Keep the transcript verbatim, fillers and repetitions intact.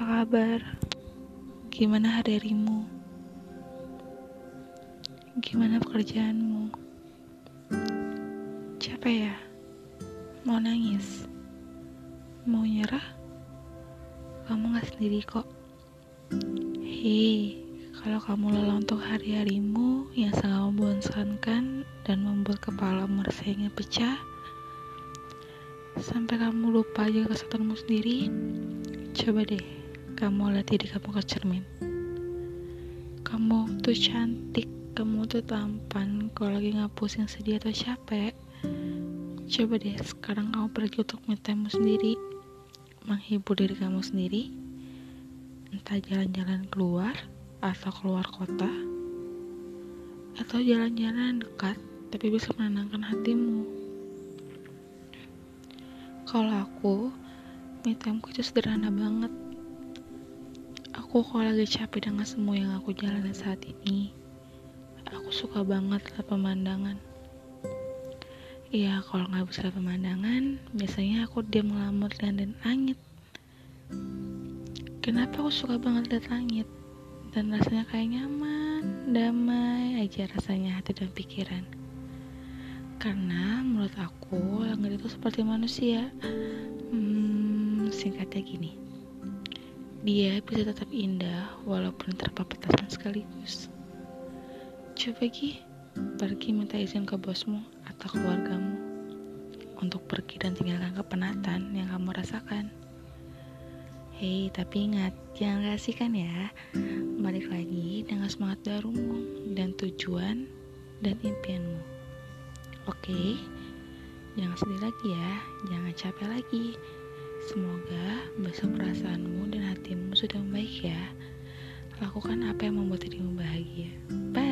kabar? Gimana hari-harimu? Gimana pekerjaanmu? Capek ya? Mau nangis? Mau nyerah? Kamu gak sendiri kok. Hei, kalau kamu lelah untuk hari-harimu yang sangat membosankan dan membuat kepalamu rasanya pecah, sampai kamu lupa aja kesehatanmu sendiri, coba deh kamu lihat diri kamu ke cermin. Kamu tuh cantik, kamu tuh tampan. Kalau lagi gak pusing, sedih atau capek, coba deh sekarang kamu pergi untuk me time sendiri, menghibur diri kamu sendiri, entah jalan-jalan keluar atau keluar kota, atau jalan-jalan dekat tapi bisa menenangkan hatimu. Kalau aku, me time-ku itu sederhana banget. Aku kalau lagi capek dengan semua yang aku jalani saat ini, aku suka banget lihat pemandangan. Iya, kalau gak bisa lihat pemandangan, biasanya aku diam ngelamun dan langit. Kenapa aku suka banget lihat langit? Dan rasanya kayak nyaman, damai aja rasanya hati dan pikiran. Karena menurut aku, langit itu seperti manusia. Hmm, singkatnya gini. Dia bisa tetap indah walaupun tanpa batasan sekaligus. Coba Gi, pergi minta izin ke bosmu atau keluargamu untuk pergi dan tinggalkan kepenatan yang kamu rasakan. Hei, tapi ingat, jangan kasihkan ya. Balik lagi dengan semangat barumu dan tujuan dan impianmu. Oke, jangan sedih lagi ya, jangan capek lagi. Semoga besok perasaanmu dan hatimu sudah membaik ya. Lakukan apa yang membuat dirimu bahagia. Bye.